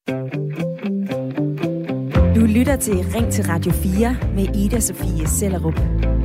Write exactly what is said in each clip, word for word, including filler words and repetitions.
Du lytter til Ring til Radio fire med Ida Sofie Sellerup.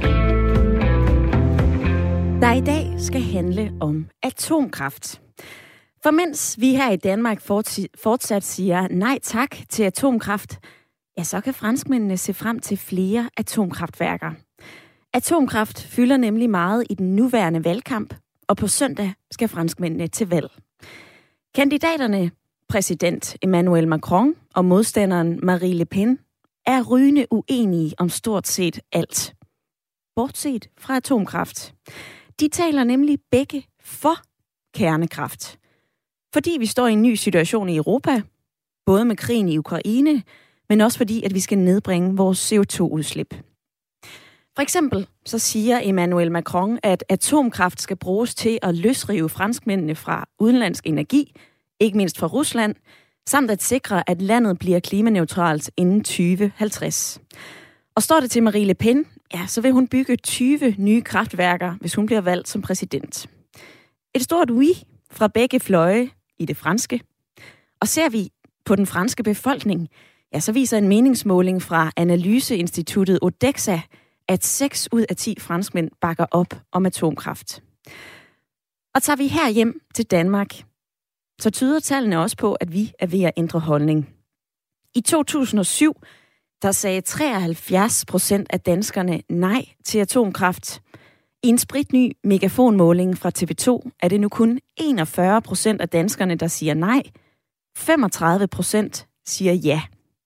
Der i dag skal handle om atomkraft. For mens vi her i Danmark fortsat siger nej tak til atomkraft, ja, så kan franskmændene se frem til flere atomkraftværker. Atomkraft fylder nemlig meget i den nuværende valgkamp, og på søndag skal franskmændene til valg. Kandidaterne, præsident Emmanuel Macron og modstanderen Marine Le Pen, er rygende uenige om stort set alt. Bortset fra atomkraft. De taler nemlig begge for kernekraft. Fordi vi står i en ny situation i Europa, både med krigen i Ukraine, men også fordi, at vi skal nedbringe vores C O to udslip. For eksempel så siger Emmanuel Macron, at atomkraft skal bruges til at løsrive franskmændene fra udenlandsk energi, ikke mindst fra Rusland, samt at sikre, at landet bliver klimaneutralt inden tyve halvtreds. Og står det til Marine Le Pen, ja, så vil hun bygge tyve nye kraftværker, hvis hun bliver valgt som præsident. Et stort oui fra begge fløje i det franske. Og ser vi på den franske befolkning, ja, så viser en meningsmåling fra analyseinstituttet Odexa, at seks ud af ti franskmænd bakker op om atomkraft. Og tager vi her hjem til Danmark, så tyder tallene også på, at vi er ved at ændre holdning. I to tusind og syv, der sagde treoghalvfjerds procent af danskerne nej til atomkraft. I en spritny megafonmåling fra T V to er det nu kun enogfyrre procent af danskerne, der siger nej. femogtredive procent siger ja.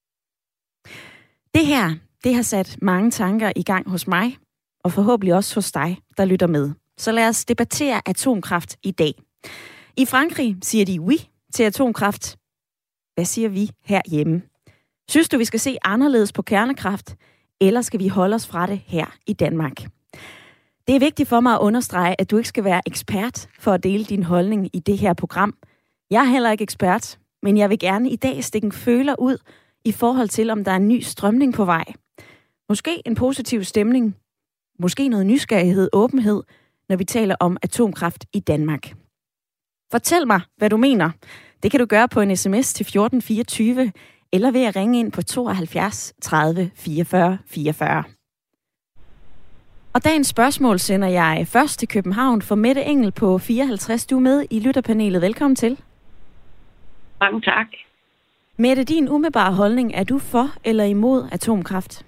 Det her, det har sat mange tanker i gang hos mig, og forhåbentlig også hos dig, der lytter med. Så lad os debattere atomkraft i dag. I Frankrig siger de oui til atomkraft. Hvad siger vi herhjemme? Synes du, vi skal se anderledes på kernekraft, eller skal vi holde os fra det her i Danmark? Det er vigtigt for mig at understrege, at du ikke skal være ekspert for at dele din holdning i det her program. Jeg er heller ikke ekspert, men jeg vil gerne i dag stikke en føler ud i forhold til, om der er en ny strømning på vej. Måske en positiv stemning. Måske noget nysgerrighed, åbenhed, når vi taler om atomkraft i Danmark. Fortæl mig, hvad du mener. Det kan du gøre på en sms til fjorten fireogtyve, eller ved at ringe ind på tooghalvfjerds tredive fireogfyrre fireogfyrre. Og dagens spørgsmål sender jeg først til København for Mette Engel på fireoghalvtreds. Du er med i lytterpanelet. Velkommen til. Mange tak. Mette, din umiddelbare holdning, er du for eller imod atomkraft?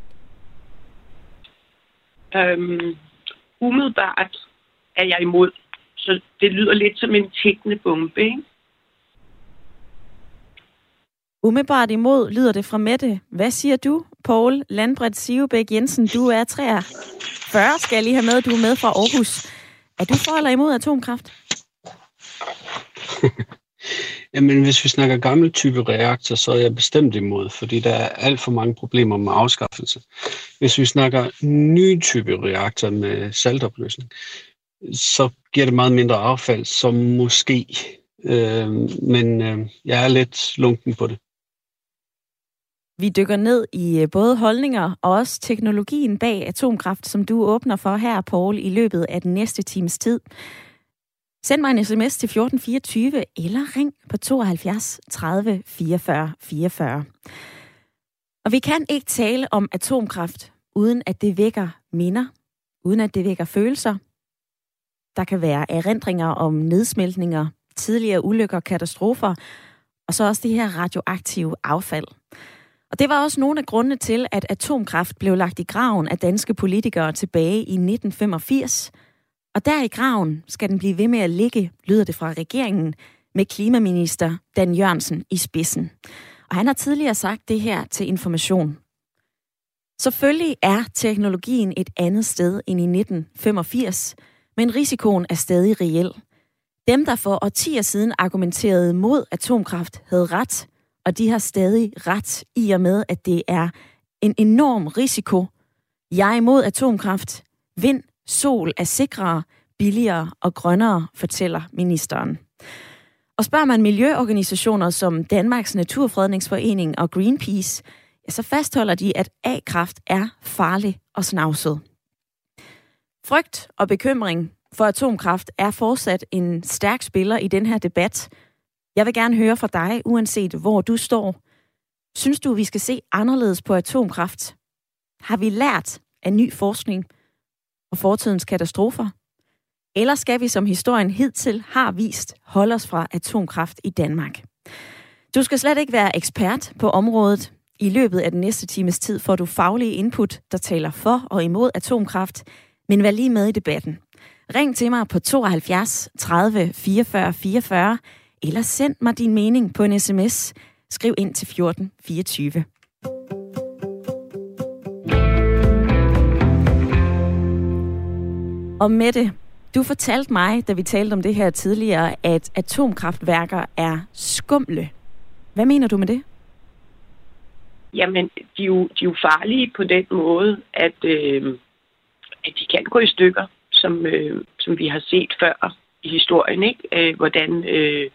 Øhm, umiddelbart er jeg imod. Så det lyder lidt som en tikkende bombe, ikke? Umiddelbart imod lyder det fra Mette. Hvad siger du, Poul Landbredt Sivebæk Jensen? Du er treogfyrre, skal jeg lige have med. Du er med fra Aarhus. Er du for eller imod atomkraft? Jamen, hvis vi snakker gammel type reaktor, så er jeg bestemt imod, fordi der er alt for mange problemer med afskaffelse. Hvis vi snakker nye type reaktor med saltopløsning, så giver det meget mindre affald, som måske, øh, men øh, jeg er lidt lunken på det. Vi dykker ned i både holdninger og også teknologien bag atomkraft, som du åbner for her, Poul, i løbet af den næste times tid. Send mig en sms til fjorten fireogtyve eller ring på tooghalvfjerds tredive fireogfyrre fireogfyrre. Og vi kan ikke tale om atomkraft, uden at det vækker minder, uden at det vækker følelser. Der kan være erindringer om nedsmeltninger, tidligere ulykker, katastrofer, og så også det her radioaktive affald. Og det var også nogle af grundene til, at atomkraft blev lagt i graven af danske politikere tilbage i nitten femogfirs. Og der i graven skal den blive ved med at ligge, lyder det fra regeringen, med klimaminister Dan Jørgensen i spidsen. Og han har tidligere sagt det her til Information. Selvfølgelig er teknologien et andet sted end i nitten femogfirs, men risikoen er stadig reel. Dem, der for årtier siden argumenterede mod atomkraft, havde ret, og de har stadig ret i og med, at det er en enorm risiko. Jeg er imod atomkraft. Vind, sol er sikrere, billigere og grønnere, fortæller ministeren. Og spørger man miljøorganisationer som Danmarks Naturfredningsforening og Greenpeace, ja, så fastholder de, at A-kraft er farlig og snavset. Frygt og bekymring for atomkraft er fortsat en stærk spiller i den her debat. Jeg vil gerne høre fra dig, uanset hvor du står. Synes du, vi skal se anderledes på atomkraft? Har vi lært af ny forskning og fortidens katastrofer? Eller skal vi, som historien hidtil har vist, holde os fra atomkraft i Danmark? Du skal slet ikke være ekspert på området. I løbet af den næste times tid får du faglige input, der taler for og imod atomkraft, men vær lige med i debatten. Ring til mig på tooghalvfjerds tredive fireogfyrre fireogfyrre, eller send mig din mening på en sms. Skriv ind til fjorten fireogtyve. Og Mette, du fortalte mig, da vi talte om det her tidligere, at atomkraftværker er skumle. Hvad mener du med det? Jamen, de er jo, de er jo farlige på den måde, at, øh, at de kan gå i stykker, som, øh, som vi har set før i historien, ikke? Øh, hvordan øh,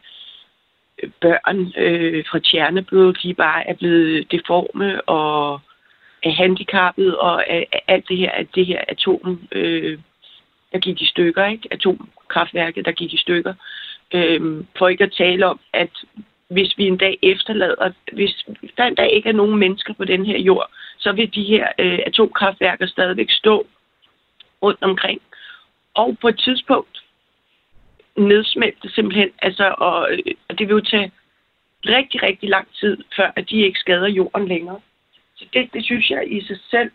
børn øh, fra Tjernobyl, de bare er blevet deforme og er handicappet, og er, er alt det her, at det her atom, øh, der gik i stykker, ikke? Atomkraftværket, der gik i stykker. Øh, for ikke at tale om, at hvis vi en dag efterlader, hvis der en dag ikke er nogen mennesker på den her jord, så vil de her øh, atomkraftværker stadigvæk stå rundt omkring. Og på et tidspunkt nedsmelte simpelthen, altså, og, og det vil jo tage rigtig, rigtig lang tid, før at de ikke skader jorden længere. Så det, det synes jeg i sig selv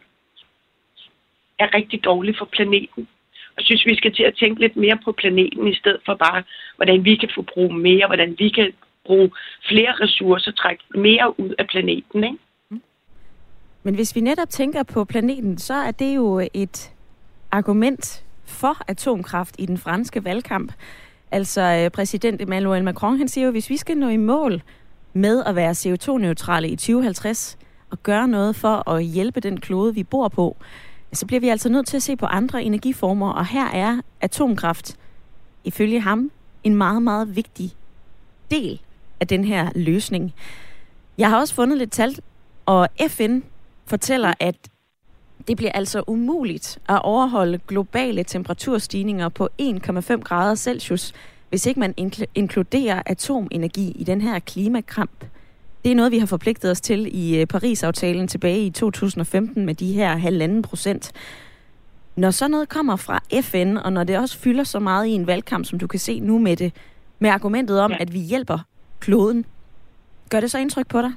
er rigtig dårligt for planeten. Jeg synes, vi skal til at tænke lidt mere på planeten, i stedet for bare, hvordan vi kan forbruge mere, hvordan vi kan bruge flere ressourcer, trække mere ud af planeten, ikke? Men hvis vi netop tænker på planeten, så er det jo et argument for atomkraft i den franske valgkamp. Altså præsident Emmanuel Macron, han siger jo, hvis vi skal nå i mål med at være C O to neutrale i tyve halvtreds og gøre noget for at hjælpe den klode, vi bor på, så bliver vi altså nødt til at se på andre energiformer, og her er atomkraft ifølge ham en meget, meget vigtig del af den her løsning. Jeg har også fundet lidt tal, og F N fortæller, at det bliver altså umuligt at overholde globale temperaturstigninger på en komma fem grader Celsius, hvis ikke man inkluderer atomenergi i den her klimakamp. Det er noget, vi har forpligtet os til i Paris-aftalen tilbage i to tusind og femten med de her halvanden procent. Når så noget kommer fra F N, og når det også fylder så meget i en valgkamp, som du kan se nu med det, med argumentet om, ja. at vi hjælper kloden, gør det så indtryk på dig?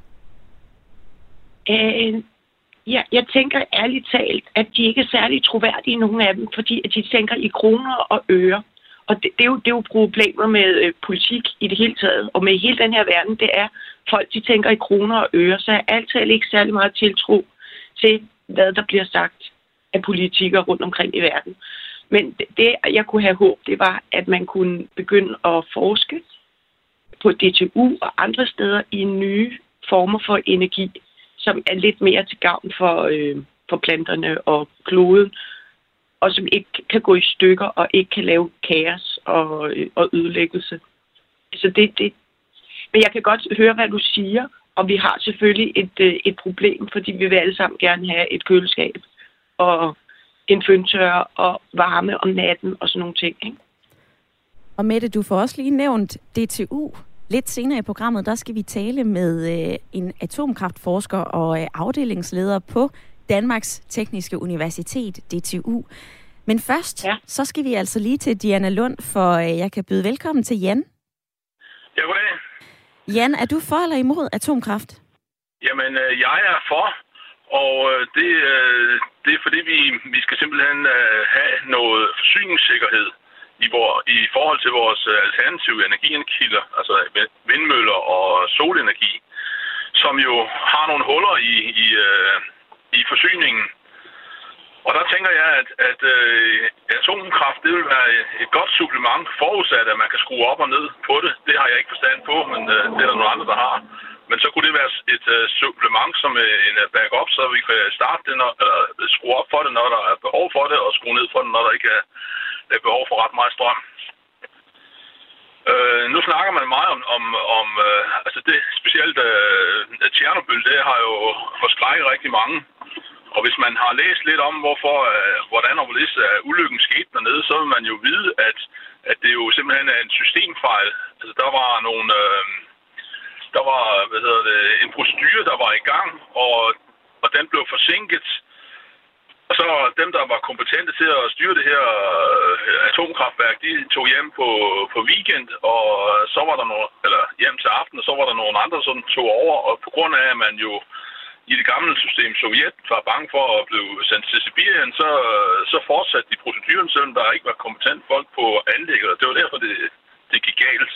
Øh, ja, jeg tænker ærligt talt, at de ikke er særlig troværdige, nogle af dem, fordi at de tænker i kroner og øre. Og det, det, er jo, det er jo problemer med øh, politik i det hele taget, og med hele den her verden, det er, folk de tænker i kroner og øre, så er altid ikke særlig meget tiltro til, hvad der bliver sagt af politikere rundt omkring i verden. Men det, det jeg kunne have håbet, det var, at man kunne begynde at forske på D T U og andre steder i nye former for energi, som er lidt mere til gavn for, øh, for planterne og kloden, og som ikke kan gå i stykker og ikke kan lave kaos og, øh, og ødelæggelse. Så det, det. Men jeg kan godt høre, hvad du siger, og vi har selvfølgelig et, øh, et problem, fordi vi vil alle sammen gerne have et køleskab og en føntørrer og varme om natten og sådan nogle ting, ikke? Og Mette, du får også lige nævnt D T U. Lidt senere i programmet, der skal vi tale med øh, en atomkraftforsker og øh, afdelingsleder på Danmarks Tekniske Universitet, D T U. Men først, ja. så skal vi altså lige til Diana Lund, for øh, jeg kan byde velkommen til Jan. Ja, goddag. Jan, er du for eller imod atomkraft? Jamen, øh, jeg er for, og øh, det, øh, det er fordi, vi, vi skal simpelthen øh, have noget forsyningssikkerhed i, vor, i forhold til vores alternative energikilder, altså vindmøller og solenergi, som jo har nogle huller i, i, øh, i forsyningen. Og der tænker jeg, at, at øh, atomkraft, det vil være et godt supplement, forudsat at man kan skrue op og ned på det. Det har jeg ikke forstand på, men øh, det er der nogle andre, der har. Men så kunne det være et øh, supplement som øh, en backup, så vi kan starte det, når, eller skrue op for det, når der er behov for det, og skrue ned for det, når der ikke er, er behov for ret meget strøm. Øh, nu snakker man meget om, om, om øh, altså det specielt øh, Tjernobyl, det har jo forskrækket rigtig mange. Og hvis man har læst lidt om, hvorfor, øh, hvordan og hvorledes øh, ulykken skete dernede, så vil man jo vide, at, at det jo simpelthen er en systemfejl. Altså der var nogle, øh, der var hvad hedder det, en procedure, der var i gang, og, og den blev forsinket. Og så dem, der var kompetente til at styre det her atomkraftværk, de tog hjem på, på weekend, og så var der nogle, eller hjem til aften, og så var der nogle andre, som tog over, og på grund af, at man jo i det gamle system Sovjet var bange for at blive sendt til Sibirien, så, så fortsatte de proceduren, selvom der ikke var kompetente folk på anlægget, og det var derfor, det, det gik galt.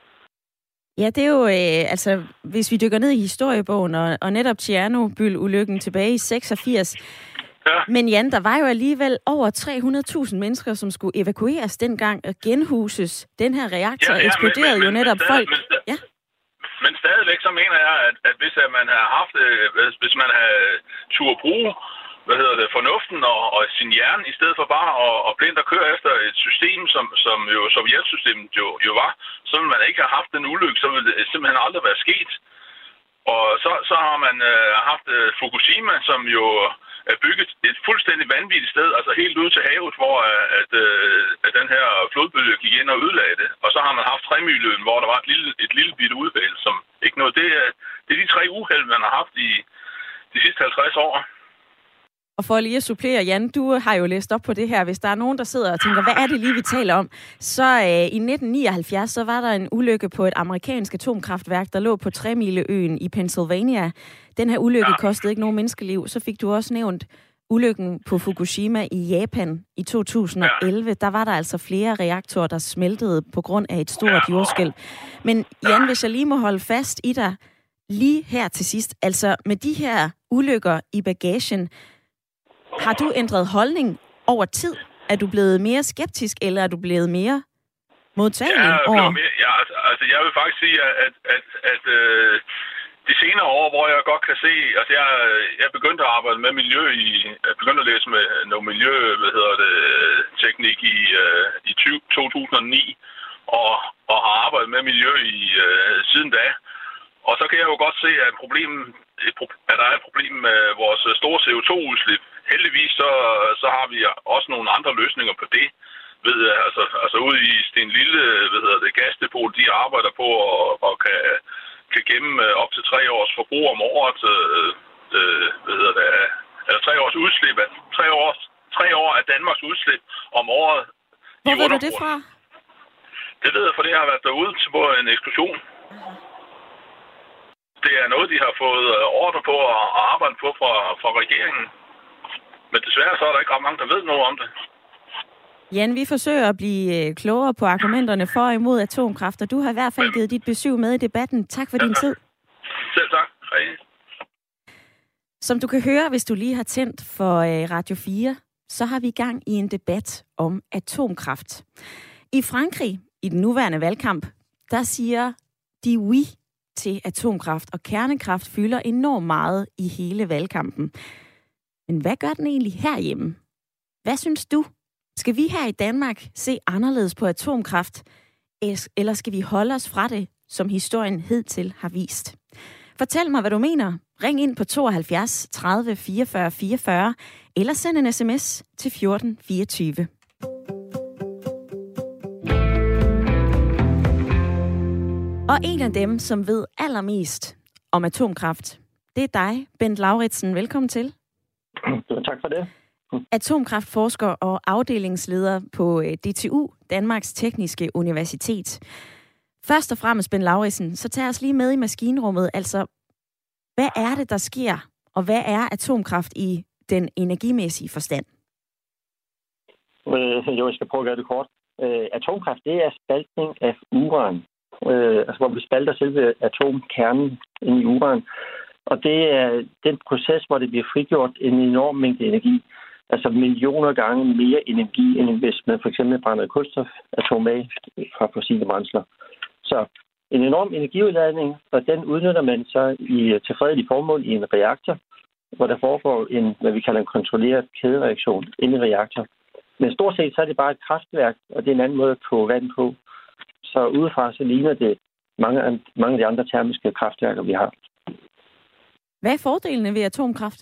Ja, det er jo, øh, altså, hvis vi dykker ned i historiebogen, og, og netop Tjernobyl-ulykken tilbage i seksogfirs. Ja. Men Jan, der var jo alligevel over tre hundrede tusind mennesker, som skulle evakueres dengang og genhuses. Den her reaktor ja, ja, eksploderede men, men, jo netop men stadig, folk. Men, stadig, ja. men stadigvæk så mener jeg, at, at hvis at man har haft, hvis, hvis man har tur bruge, hvad hedder det, fornuften og, og sin hjerne, i stedet for bare at, at blindt at køre efter et system, som, som jo sovjetsystemet jo, jo var, så ville man ikke have haft den ulykke, så ville det simpelthen aldrig være sket. Og så, så har man øh, haft øh, Fukushima, som jo er bygget et fuldstændig vanvittigt sted, altså helt ude til havet, hvor at, øh, at den her flodbølge gik ind og ødelagde det. Og så har man haft Tremølløen, hvor der var et lille, et lille bitte udvalg, som ikke noget. Det er, det er de tre uheld, man har haft i de sidste halvtreds år. Og for lige at supplere, Jan, du har jo læst op på det her. Hvis der er nogen, der sidder og tænker, hvad er det lige, vi taler om? Så øh, i nitten nioghalvfjerds, så var der en ulykke på et amerikansk atomkraftværk, der lå på Tremileøen i Pennsylvania. Den her ulykke kostede ikke nogen menneskeliv. Så fik du også nævnt ulykken på Fukushima i Japan i to tusind og elleve. Der var der altså flere reaktorer, der smeltede på grund af et stort jordskælv. Men Jan, hvis jeg lige må holde fast i dig lige her til sidst. Altså med de her ulykker i bagagen, har du ændret holdning over tid? Er du blevet mere skeptisk, eller er du blevet mere modtagelig over? Ja, mere, ja altså, altså jeg vil faktisk sige, at, at, at, at øh, de senere år, hvor jeg godt kan se, altså jeg, jeg begyndte at arbejde med miljø i, jeg begyndte at læse med noget miljø, hvad hedder det, teknik i, øh, i tyve, to tusind og ni, og, og har arbejdet med miljø i øh, siden da. Og så kan jeg jo godt se, at, problemet, at der er et problem med vores store C O to udslip. Heldigvis så, så har vi også nogle andre løsninger på det. Ved, altså, altså ude i Sten Lille, hvad hedder det, gasdepot, de arbejder på og, og kan, kan gemme op til tre års forbrug om året. Øh, hvad hedder det, eller tre års udslip. Tre, års, tre år af Danmarks udslip om året. Hvor ved du det fra? Det ved jeg, for det har været derude til en eksplosion. Det er noget, de har fået ordre på og arbejde på fra, fra regeringen. Men desværre så er der ikke ret mange, der ved noget om det. Jan, vi forsøger at blive klogere på argumenterne for og imod atomkraft, og du har i hvert fald givet dit besøg med i debatten. Tak for ja, din tid. Selv tak. Hej. Som du kan høre, hvis du lige har tændt for Radio fire, så har vi i gang i en debat om atomkraft. I Frankrig, i den nuværende valgkamp, der siger de oui til atomkraft, og kernekraft fylder enormt meget i hele valgkampen. Men hvad gør den egentlig herhjemme? Hvad synes du? Skal vi her i Danmark se anderledes på atomkraft, eller skal vi holde os fra det, som historien hidtil har vist? Fortæl mig, hvad du mener. Ring ind på tooghalvfjerds tredive fireogfyrre fireogfyrre, eller send en sms til fjorten fireogtyve. Og en af dem, som ved allermest om atomkraft, det er dig, Bent Lauritsen. Velkommen til. Tak for det. Atomkraftforsker og afdelingsleder på D T U, Danmarks Tekniske Universitet. Først og fremmest, Bent Lauritsen, så tag os lige med i maskinrummet. Altså, hvad er det, der sker, og hvad er atomkraft i den energimæssige forstand? Øh, jo, jeg skal prøve at gøre det kort. Øh, atomkraft, det er spaltning af uran. Øh, altså, hvor vi spalter selve atomkernen ind i uran. Og det er den proces, hvor det bliver frigjort en enorm mængde energi. Altså millioner gange mere energi, end hvis man for eksempel brænder kulstofatom af fra fossile brændsler. Så en enorm energiudladning, og den udnytter man så i, til fredelig formål i en reaktor, hvor der foregår en, hvad vi kalder en kontrolleret kædereaktion inde i reaktor. Men stort set så er det bare et kraftværk, og det er en anden måde at koge vand på. Så udefra så ligner det mange af, mange af de andre termiske kraftværker, vi har. Hvad er fordelene ved atomkraft?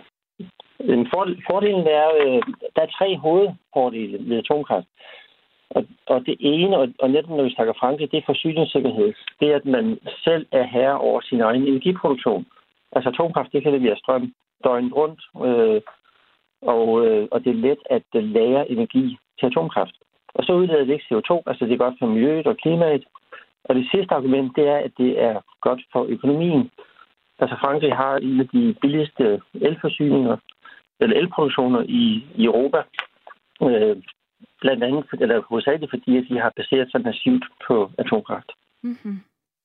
En fordel, fordelen er, at der er tre hovedfordele ved atomkraft. Og, og det ene, og, og netop når vi snakker Frankrig, det er forsyningssikkerhed. Det er, at man selv er herre over sin egen energiproduktion. Altså atomkraft, det kan levere strøm døgnet rundt, øh, og, øh, og det er let at øh, lagre energi til atomkraft. Og så udleder det ikke C O to, altså det er godt for miljøet og klimaet. Og det sidste argument, det er, at det er godt for økonomien. Altså Frankrig har en af de billigste elforsyninger, eller elproduktioner i, i Europa. Øh, blandt andet, eller hovedsageligt fordi, at de har baseret sig massivt på atomkraft. Mm-hmm.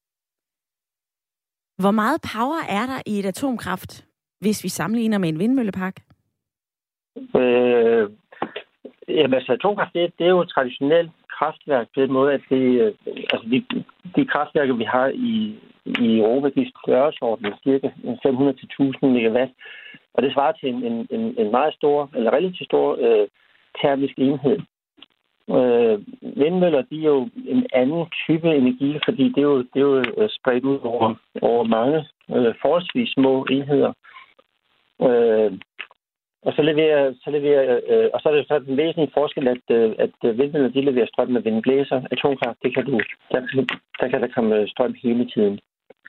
Hvor meget power er der i et atomkraft, hvis vi sammenligner med en vindmøllepark? Øh, jamen, altså atomkraft, det, det er jo et traditionelt kraftværk på den måde, at det, altså de, de kraftværker, vi har i, i Europa, de størrelsesorden cirka fem hundrede til tusind megawatt. Og det svarer til en, en, en meget stor, eller relativt stor øh, termisk enhed. Øh, vindmøller, de er jo en anden type energi, fordi det er jo, det er jo spredt ud over, over mange øh, forholdsvis små enheder. Øh, og så leverer, så leverer øh, og så er det så den væsentlige forskel, at, øh, at vindmøller, de leverer strøm med vindblæser. Atomkraft, det kan du, der, der kan der komme strøm hele tiden.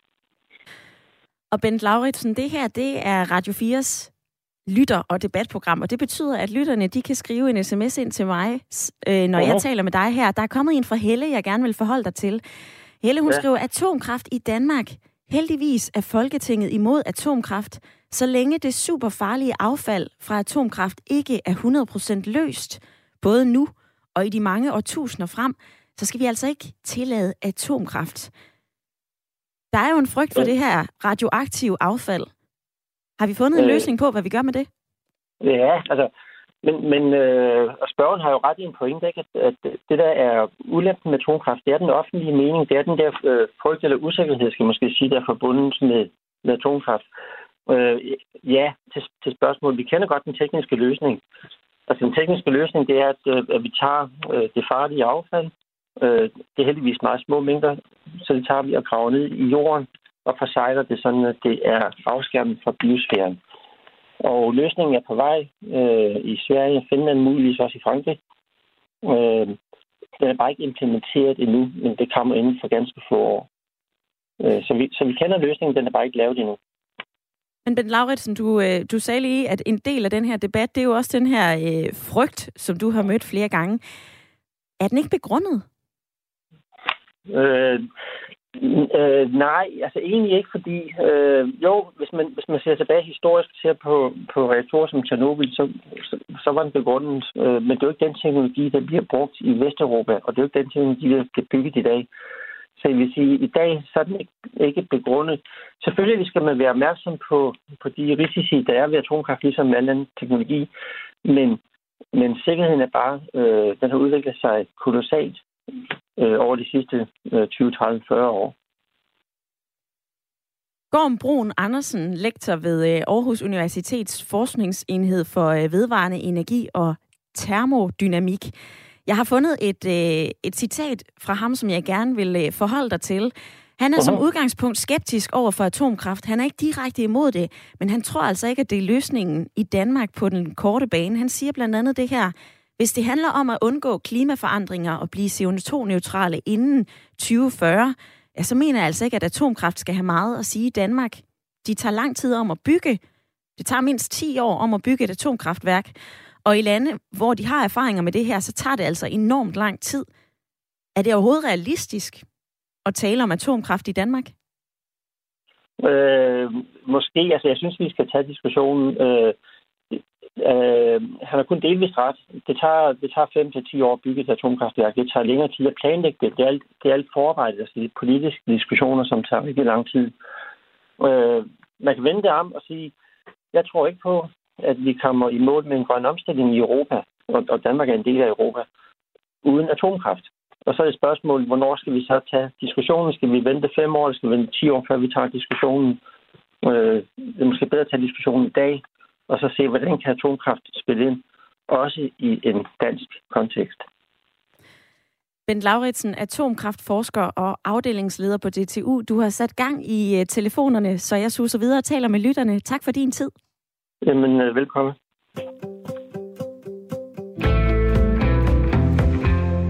Og Bent Lauritsen, det her, det er Radio fires lytter- og debatprogram, og det betyder, at lytterne, de kan skrive en sms ind til mig, øh, når uh-huh. jeg taler med dig her. Der er kommet en fra Helle, jeg gerne vil forholde dig til. Helle, hun ja. skriver, atomkraft i Danmark. Heldigvis er Folketinget imod atomkraft, så længe det superfarlige affald fra atomkraft ikke er hundrede procent løst, både nu og i de mange årtusinder frem, så skal vi altså ikke tillade atomkraft. Der er jo en frygt for ja. det her radioaktive affald. Har vi fundet en øh, løsning på, hvad vi gør med det? Ja, altså, men, men øh, og spørgeren har jo ret i en pointe, ikke? At, at det der er ulempen med atomkraft, det er den offentlige mening, det er den der øh, frygt eller usikkerhed, skal man måske sige, der er forbundet med, med atomkraft. Øh, ja, til, til spørgsmålet, vi kender godt den tekniske løsning. Altså den tekniske løsning, det er, at, øh, at vi tager øh, det farlige affald. Øh, det er heldigvis meget små mængder, så det tager vi og graver ned i jorden, og forsejler det sådan, at det er afskærmet fra biosfæren. Og løsningen er på vej øh, i Sverige, Finland, muligvis også i Frankrig. Øh, den er bare ikke implementeret endnu, men det kommer inden for ganske få år. Øh, så, vi, så vi kender løsningen, den er bare ikke lavet endnu. Men Bent Lauritsen, du, du sagde lige, at en del af den her debat, det er jo også den her øh, frygt, som du har mødt flere gange. Er den ikke begrundet? Øh, øh, nej, altså egentlig ikke, fordi øh, jo, hvis man, hvis man ser tilbage historisk, ser på, på reaktorer som Tjernobyl, så, så, så var den begrundet. Øh, men det er jo ikke den teknologi, der bliver brugt i Vesteuropa, og det er jo ikke den teknologi, der bliver bygget i dag. Så jeg vil sige, at i dag så er den ikke, ikke begrundet. Selvfølgelig skal man være opmærksom på, på de risici, der er ved atomkraft, ligesom med anden teknologi. Men, men sikkerheden er bare, øh, den har udviklet sig kolossalt øh, over de sidste øh, tyve, tredive, fyrre år. Gorm Brun Andersen, lektor ved Aarhus Universitets forskningsenhed for vedvarende energi og termodynamik. Jeg har fundet et, øh, et citat fra ham, som jeg gerne vil øh, forholde dig til. Han er uh-huh. som udgangspunkt skeptisk over for atomkraft. Han er ikke direkte imod det, men han tror altså ikke, at det er løsningen i Danmark på den korte bane. Han siger blandt andet det her: hvis det handler om at undgå klimaforandringer og blive C O to neutrale inden tyve fyrre, ja, så mener jeg altså ikke, at atomkraft skal have meget at sige i Danmark. De tager lang tid om at bygge. Det tager mindst ti år om at bygge et atomkraftværk. Og i lande, hvor de har erfaringer med det her, så tager det altså enormt lang tid. Er det overhovedet realistisk at tale om atomkraft i Danmark? Øh, måske. Altså, jeg synes, vi skal tage diskussionen. Øh, øh, han har kun delvist ret. Det tager, det tager fem til ti år at bygge et atomkraftværk. Det tager længere tid at planlægge det. Det er alt, det er alt forarbejde, altså de politiske diskussioner, som tager rigtig lang tid. Øh, man kan vende det om og sige, jeg tror ikke på, at vi kommer i mål med en grøn omstilling i Europa, og, og Danmark er en del af Europa, uden atomkraft. Og så er det spørgsmålet, hvornår skal vi så tage diskussionen? Skal vi vente fem år, eller skal vi vente ti år, før vi tager diskussionen? Øh, det er måske bedre at tage diskussionen i dag, og så se, hvordan kan atomkraft spille ind, også i en dansk kontekst. Bent Lauritsen, atomkraftforsker og afdelingsleder på D T U. Du har sat gang i telefonerne, så jeg suser videre og taler med lytterne. Tak for din tid. Jamen, velkommen.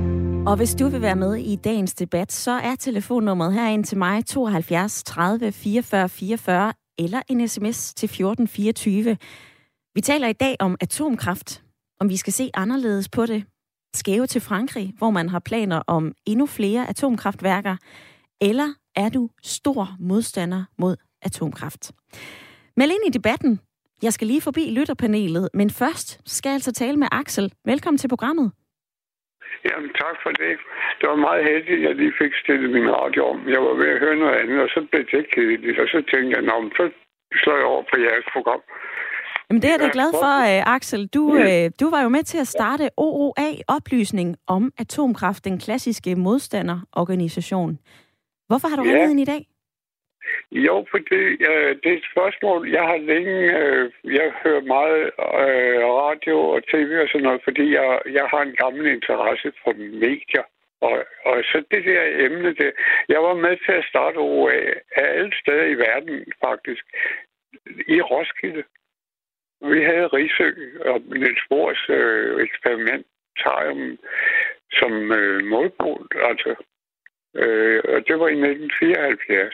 Og hvis du vil være med i dagens debat, så er telefonnummeret herind til mig tooghalvfjerds tredive fireogfyrre fireogfyrre eller en sms til fjorten fireogtyve. Vi taler i dag om atomkraft, om vi skal se anderledes på det. Skæve til Frankrig, hvor man har planer om endnu flere atomkraftværker, eller er du stor modstander mod atomkraft? Meld ind i debatten. Jeg skal lige forbi lytterpanelet, men først skal jeg altså tale med Axel. Velkommen til programmet. Jamen, tak for det. Det var meget heldigt, at jeg lige fik stillet min radio om. Jeg var ved at høre noget andet, og så blev det kedeligt, og så tænkte jeg, nå, så slår jeg over på jeres program. Jamen, det er jeg da glad for, Axel. Du, ja. du var jo med til at starte O O A, oplysning om atomkraft, den klassiske modstanderorganisation. Hvorfor har du ringet ja. ind i dag? Jo, fordi øh, det er et spørgsmål. Jeg har længe, øh, jeg hører meget øh, radio og tv og sådan noget, fordi jeg, jeg har en gammel interesse for medier. Og, og så det der emne, det, jeg var med til at starte O O A af alle steder i verden, faktisk, i Roskilde. Vi havde Risø og Niels Bohrs øh, eksperimentarium som øh, målpol, altså. Øh, og det var i nitten fireoghalvfjerds.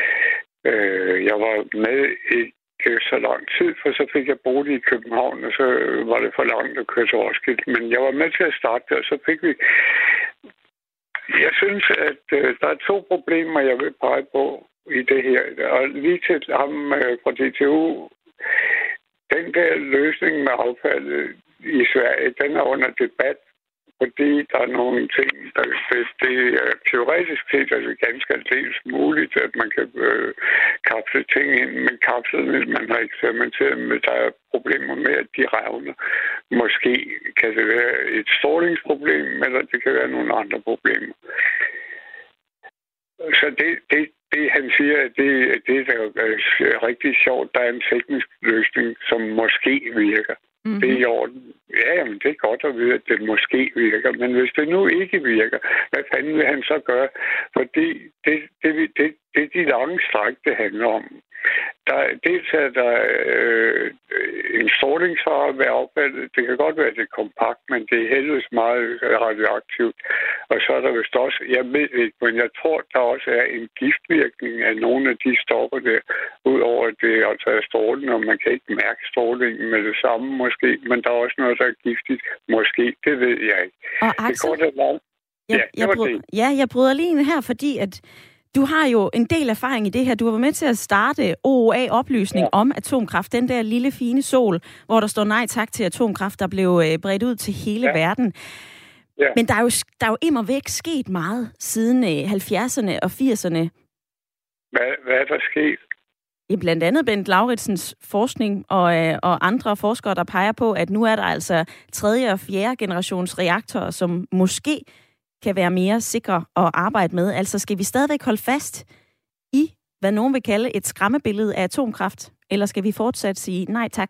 Øh, jeg var med ikke så lang tid, for så fik jeg bolig i København, og så var det for langt at køre til Roskilde. Men jeg var med til at starte det, og så fik vi... Jeg synes, at øh, der er to problemer, jeg vil pege på i det her. Og lige til ham øh, fra D T U, den der løsning med affaldet i Sverige, den er under debat. Fordi der er nogle ting, der det, det er teoretisk set er det ganske aldeles muligt, at man kan øh, kapsle ting ind, men kapslerne, man har eksperimenteret med, der er problemer med, at de revner. Måske kan det være et strålingsproblem, eller det kan være nogle andre problemer. Så det, det, det han siger, det, det er rigtig sjovt. Der er en teknisk løsning, som måske virker. Mm-hmm. Det er i orden. Ja, jamen, det er godt at vide, at det måske virker. Men hvis det nu ikke virker, hvad fanden vil han så gøre? Fordi det, det, det, det er de lange stræk, det handler om. Der, dels er der øh, en strålingsfare ved affaldet. Det kan godt være, at det er kompakt, men det er heldigvis meget radioaktivt. Og så er der vist også, jeg ved ikke, men jeg tror, der også er en giftvirkning af nogle af de stoffer der, udover at det altså er stråling, og man kan ikke mærke strålingen med det samme måske, men der er også noget, der er giftigt. Måske, det ved jeg ikke. Og Axel, det går da langt. Ja, jeg, bryder, ja, jeg bryder lige ind her, fordi at du har jo en del erfaring i det her. Du var med til at starte O O A-oplysning ja. om atomkraft. Den der lille fine sol, hvor der står nej tak til atomkraft, der blev bredt ud til hele ja. verden. Ja. Men der er jo, der er jo immer væk sket meget siden halvfjerdserne og firserne. Hvad, hvad er der sket? I blandt andet Bent Lauritzens forskning og, og andre forskere, der peger på, at nu er der altså tredje og fjerde generations reaktorer, som måske kan være mere sikre at arbejde med. Altså skal vi stadigvæk holde fast i, hvad nogen vil kalde et skræmmebillede af atomkraft, eller skal vi fortsat sige nej tak?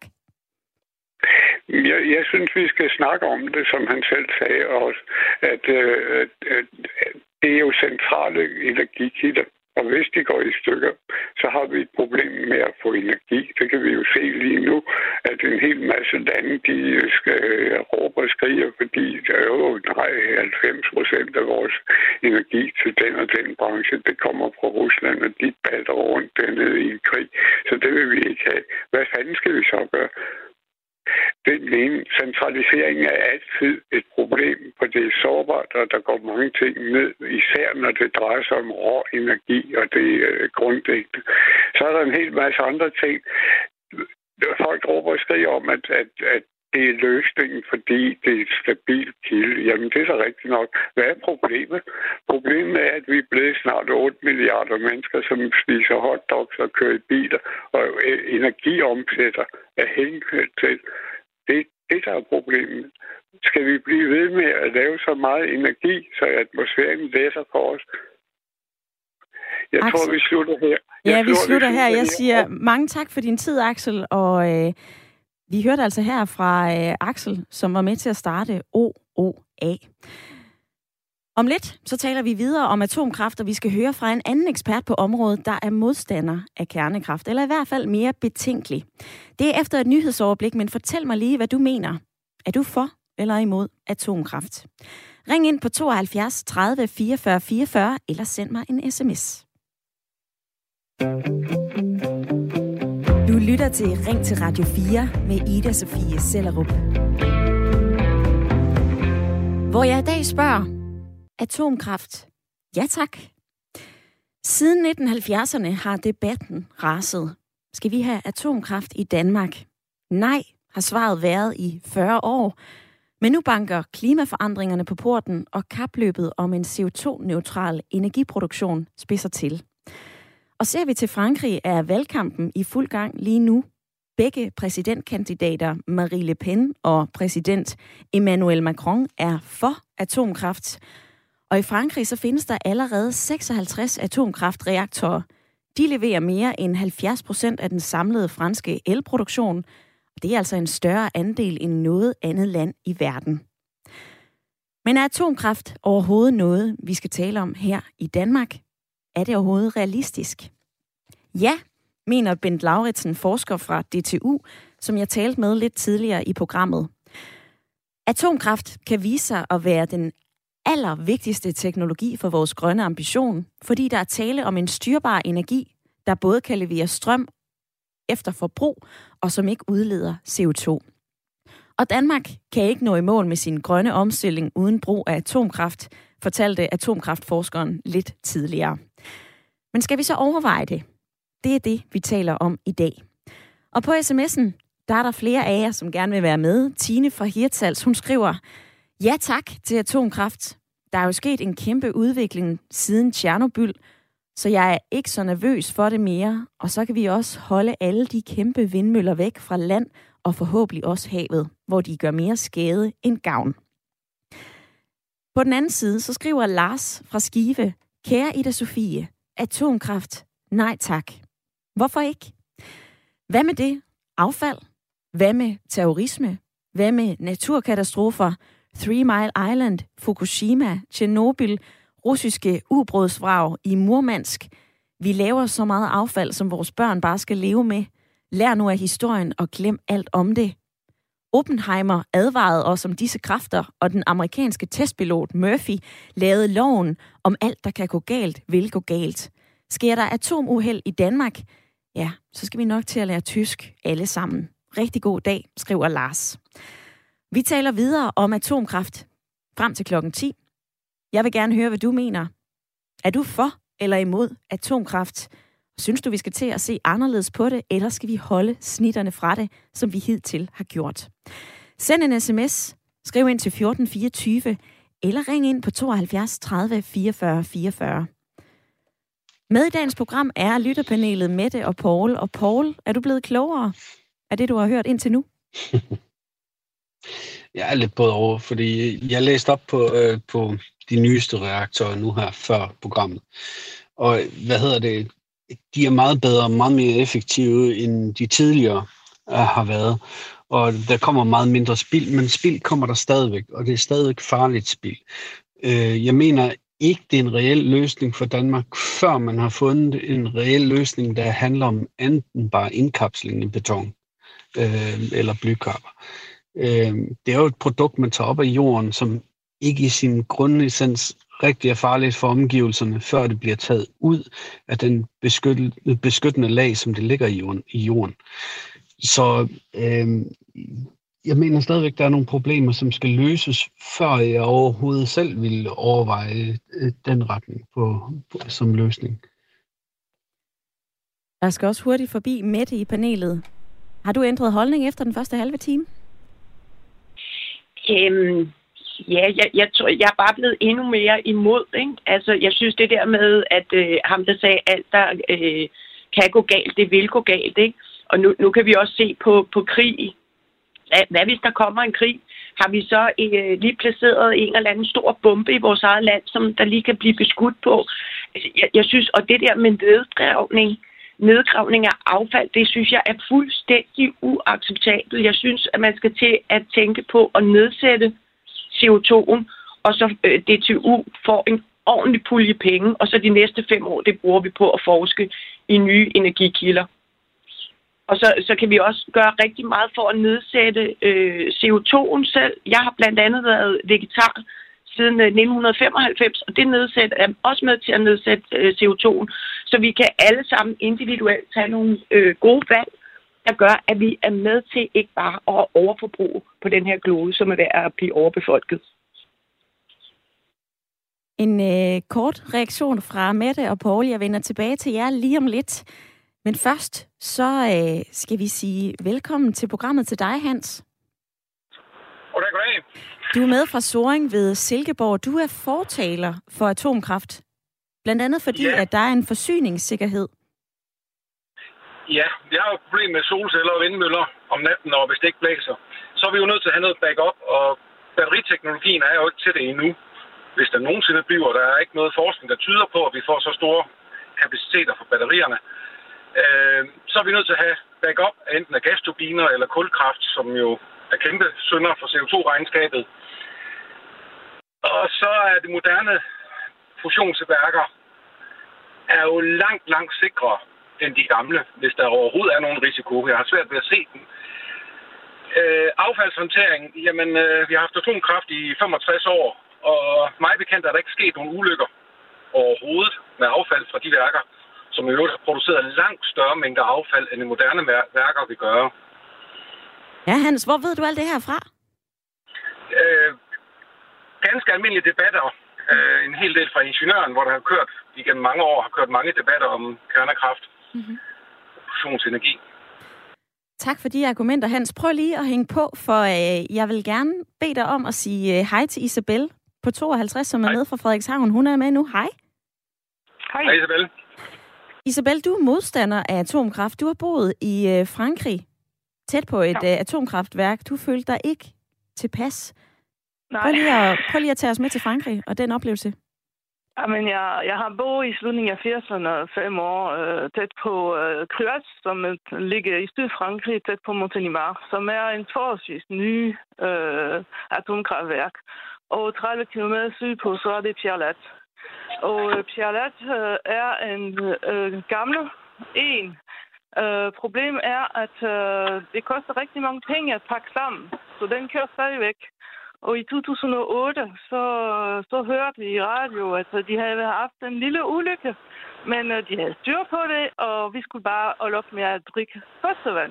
Jeg, jeg synes, vi skal snakke om det, som han selv sagde også, at, at, at, at det er jo centrale energikilder. Og hvis de går i stykker, så har vi et problem med at få energi. Det kan vi jo se lige nu, at en hel masse lande, de skal råbe og skrige, fordi der er jo halvfems procent af vores energi til den og den branche, det kommer fra Rusland, og de batter rundt dernede i en krig. Så det vil vi ikke have. Hvad fanden skal vi så gøre? Den ene centralisering er altid et problem, for det er sårbart, og der går mange ting ned, især når det drejer sig om rå energi, og det er grundlæggende. Så er der en hel masse andre ting. Folk råber og skriger om, at, at, at det er løsningen, fordi det er et stabilt kilde. Jamen, det er så rigtigt nok. Hvad er problemet? Problemet er, at vi er blevet snart otte milliarder mennesker, som spiser hotdogs og kører i biler, og energiomsætter er hængt til. Det er det, der er problemet. Skal vi blive ved med at lave så meget energi, så atmosfæren læser for os? Jeg Axel. tror, vi slutter her. Jeg ja, tror, vi slutter her. Jeg her. siger mange tak for din tid, Axel, og øh, vi hørte altså her fra øh, Axel, som var med til at starte O O A. Om lidt, så taler vi videre om atomkraft, og vi skal høre fra en anden ekspert på området, der er modstander af kernekraft, eller i hvert fald mere betænkelig. Det er efter et nyhedsoverblik, men fortæl mig lige, hvad du mener. Er du for eller imod atomkraft? Ring ind på tooghalvfjerds tredive fireogfyrre fireogfyrre eller send mig en sms. Du lytter til Ring til Radio fire med Ida Sofie Sellerup. Hvor jeg i dag spørger, atomkraft, ja tak. Siden nitten halvfjerdserne har debatten raset. Skal vi have atomkraft i Danmark? Nej, har svaret været i fyrre år. Men nu banker klimaforandringerne på porten, og kapløbet om en C O to neutral energiproduktion spidser til. Og ser vi til Frankrig, er valgkampen i fuld gang lige nu. Begge præsidentkandidater, Marie Le Pen og præsident Emmanuel Macron, er for atomkraft. Og i Frankrig så findes der allerede seksoghalvtreds atomkraftreaktorer. De leverer mere end halvfjerds procent af den samlede franske elproduktion. Det er altså en større andel end noget andet land i verden. Men er atomkraft overhovedet noget, vi skal tale om her i Danmark? Er det overhovedet realistisk? Ja, mener Bent Lauritsen, forsker fra D T U, som jeg talte med lidt tidligere i programmet. Atomkraft kan vise sig at være den allervigtigste teknologi for vores grønne ambition, fordi der er tale om en styrbar energi, der både kan levere strøm efter forbrug, og som ikke udleder C O to. Og Danmark kan ikke nå i mål med sin grønne omstilling uden brug af atomkraft, fortalte atomkraftforskeren lidt tidligere. Men skal vi så overveje det? Det er det, vi taler om i dag. Og på sms'en, der er der flere af jer, som gerne vil være med. Tine fra Hirtshals, hun skriver, ja tak til atomkraft. Der er jo sket en kæmpe udvikling siden Tjernobyl, så jeg er ikke så nervøs for det mere. Og så kan vi også holde alle de kæmpe vindmøller væk fra land og forhåbentlig også havet, hvor de gør mere skade end gavn. På den anden side, så skriver Lars fra Skive, kære Ida Sofie, atomkraft, nej tak. Hvorfor ikke? Hvad med det? Affald? Hvad med terrorisme? Hvad med naturkatastrofer? Three Mile Island, Fukushima, Tjernobyl, russiske ubådsvrag i Murmansk. Vi laver så meget affald, som vores børn bare skal leve med. Lær nu af historien og glem alt om det. Oppenheimer advarede os om disse kræfter, og den amerikanske testpilot Murphy lavede loven om alt, der kan gå galt, vil gå galt. Sker der atomuheld i Danmark? Ja, så skal vi nok til at lære tysk alle sammen. Rigtig god dag, skriver Lars. Vi taler videre om atomkraft frem til klokken ti. Jeg vil gerne høre, hvad du mener. Er du for eller imod atomkraft? Synes du, vi skal til at se anderledes på det, eller skal vi holde snitterne fra det, som vi hidtil har gjort? Send en sms, skriv ind til fjorten fireogtyve, eller ring ind på tooghalvfjerds tredive fireogfyrre fireogfyrre. Med i dagens program er lytterpanelet Mette og Paul. Og Paul, er du blevet klogere af det, du har hørt indtil nu? Jeg er lidt både over, fordi jeg læste op på, øh, på de nyeste reaktorer nu her før programmet. Og hvad hedder det? De er meget bedre, meget mere effektive, end de tidligere øh, har været. Og der kommer meget mindre spild, men spild kommer der stadigvæk, og det er stadigvæk farligt spild. Øh, jeg mener ikke, det er en reel løsning for Danmark, før man har fundet en reel løsning, der handler om enten bare indkapsling i beton øh, eller blykapper. Øh, det er jo et produkt, man tager op af jorden, som ikke i sin grundessens rigtig er farligt for omgivelserne, før det bliver taget ud af den beskyttende, beskyttende lag, som det ligger i jorden. I jorden. Så øh, jeg mener stadigvæk, der er nogle problemer, som skal løses, før jeg overhovedet selv vil overveje øh, den retning på, på, som løsning. Jeg skal også hurtigt forbi Mette i panelet. Har du ændret holdning efter den første halve time? Øhm, ja, jeg, jeg tror, jeg er bare blevet endnu mere imod, ikke? Altså, jeg synes det der med, at øh, ham der sagde, alt der øh, kan gå galt, det vil gå galt, ikke? Og nu, nu kan vi også se på, på krig. Hvad, hvad hvis der kommer en krig? Har vi så øh, lige placeret en eller anden stor bombe i vores eget land, som der lige kan blive beskudt på? Altså, jeg, jeg synes, og det der med nedgravning, nedgravning af affald, det synes jeg er fuldstændig uacceptabelt. Jeg synes, at man skal til at tænke på at nedsætte C O to'en, og så øh, D T U får en ordentlig pulje penge, og så de næste fem år, det bruger vi på at forske i nye energikilder. Og så, så kan vi også gøre rigtig meget for at nedsætte øh, C O to'en selv. Jeg har blandt andet været vegetar siden nitten femoghalvfems, og det nedsæt, er også med til at nedsætte øh, C O to'en, så vi kan alle sammen individuelt tage nogle øh, gode valg, der gør, at vi er med til ikke bare at overforbruge på den her klode, som er ved at blive overbefolket. En øh, kort reaktion fra Mette og Poul. Jeg vender tilbage til jer lige om lidt. Men først, så øh, skal vi sige velkommen til programmet til dig, Hans. Goddag, goddag. Du er med fra Sorring ved Silkeborg. Du er fortaler for atomkraft. Blandt andet fordi, ja. at der er en forsyningssikkerhed. Ja, vi har jo et problem med solceller og vindmøller om natten, og hvis det ikke blæser. Så er vi jo nødt til at have noget backup, og batteriteknologien er jo ikke til det endnu. Hvis der nogensinde bliver, der er ikke noget forskning, der tyder på, at vi får så store kapaciteter for batterierne. Øh, så er vi nødt til at have backup af enten af gasturbiner eller kulkraft, som jo er kæmpe synder for C O to-regnskabet. Og så er det moderne fusionsværker er jo langt, langt sikrere end de gamle, hvis der overhovedet er nogen risiko. Jeg har svært ved at se den. Øh, affaldshåndtering, jamen øh, vi har haft atomkraft i femogtres år, og mig bekendt er der ikke sket nogen ulykker overhovedet med affald fra de værker, som i øvrigt har produceret langt større mængder affald, end de moderne værker vil gøre. Ja, Hans, hvor ved du alt det her fra? Øh, ganske almindelige debatter. Øh, en hel del fra Ingeniøren, hvor der har kørt, igennem mange år, har kørt mange debatter om kernekraft og mm-hmm. fusionsenergi. Tak for de argumenter, Hans. Prøv lige at hænge på, for øh, jeg vil gerne bede dig om at sige øh, hej til Isabel på tooghalvtreds, som er hej. Med fra Frederikshavn. Hun er med nu. Hej. Hej. Hej, Isabel. Isabel, du er modstander af atomkraft. Du har boet i øh, Frankrig, tæt på et ja. øh, atomkraftværk. Du følte dig ikke tilpas. Nej. Prøv lige, at, prøv lige at tage os med til Frankrig og den oplevelse. Jamen, jeg, jeg har boet i slutningen af firserne fem år øh, tæt på øh, Cruas, som ligger i Sydfrankrig, tæt på Montélimar, som er en forholdsvis ny øh, atomkraftværk. Og tredive kilometer sydpå, så er det Pierre-Lat. Og øh, Pierre-Lat øh, er en øh, gammel en. Øh, problemet er, at øh, det koster rigtig mange penge at pakke sammen, så den kører stadigvæk. Og i to tusind og otte, så, så hørte vi i radio, at de havde haft en lille ulykke. Men uh, de havde styr på det, og vi skulle bare holde op med at drikke postevand.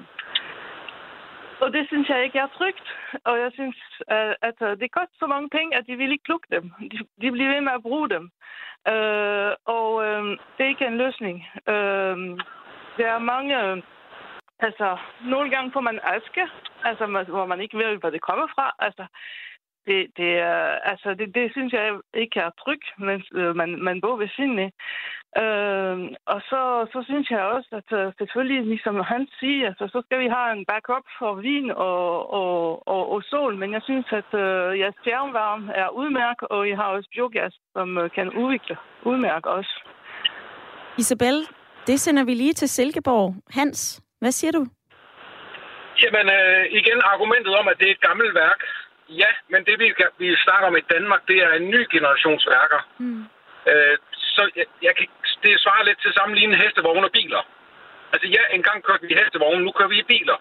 Og det synes jeg ikke er trygt. Og jeg synes, at, at det koster så mange penge, at de vil ikke lukke dem. De, de bliver ved med at bruge dem. Uh, og uh, det er ikke en løsning. Uh, der er mange... Uh, altså, nogle gange får man aske, altså, hvor man ikke ved, hvor det kommer fra. Altså... Det, det, altså, det, det synes jeg ikke er trygt, mens øh, man, man bor ved siden af. Øh, og så, så synes jeg også, at uh, selvfølgelig, ligesom han siger, altså, så skal vi have en backup for vin og, og, og, og sol. Men jeg synes, at uh, jeres fjernvarme er udmærket, og I har også biogas, som uh, kan udvikle udmærket også. Isabel, det sender vi lige til Silkeborg. Hans, hvad siger du? Jamen, øh, igen argumentet om, at det er et gammelt værk. Ja, men det vi, vi snakker om i Danmark, det er en ny generations værker. Mm. Øh, så jeg, jeg kan, det svarer lidt til at sammenligne hestevogne og biler. Altså ja, engang kørte vi i hestevogne, nu kører vi i biler.